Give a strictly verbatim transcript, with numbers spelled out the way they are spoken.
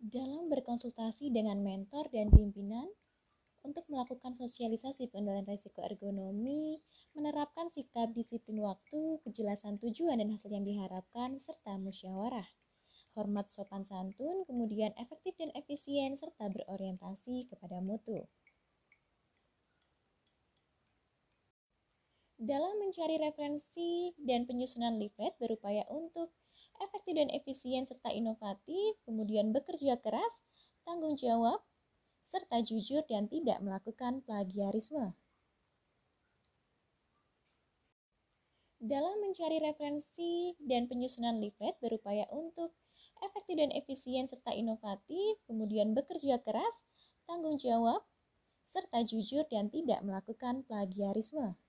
Dalam berkonsultasi dengan mentor dan pimpinan, untuk melakukan sosialisasi pengendalian risiko ergonomi, menerapkan sikap disiplin waktu, kejelasan tujuan dan hasil yang diharapkan, serta musyawarah. Hormat sopan santun, kemudian efektif dan efisien, serta berorientasi kepada mutu. Dalam mencari referensi dan penyusunan leaflet berupaya untuk efektif dan efisien serta inovatif, kemudian bekerja keras, tanggung jawab, serta jujur dan tidak melakukan plagiarisme. Dalam mencari referensi dan penyusunan leaflet berupaya untuk efektif dan efisien serta inovatif, kemudian bekerja keras, tanggung jawab, serta jujur dan tidak melakukan plagiarisme.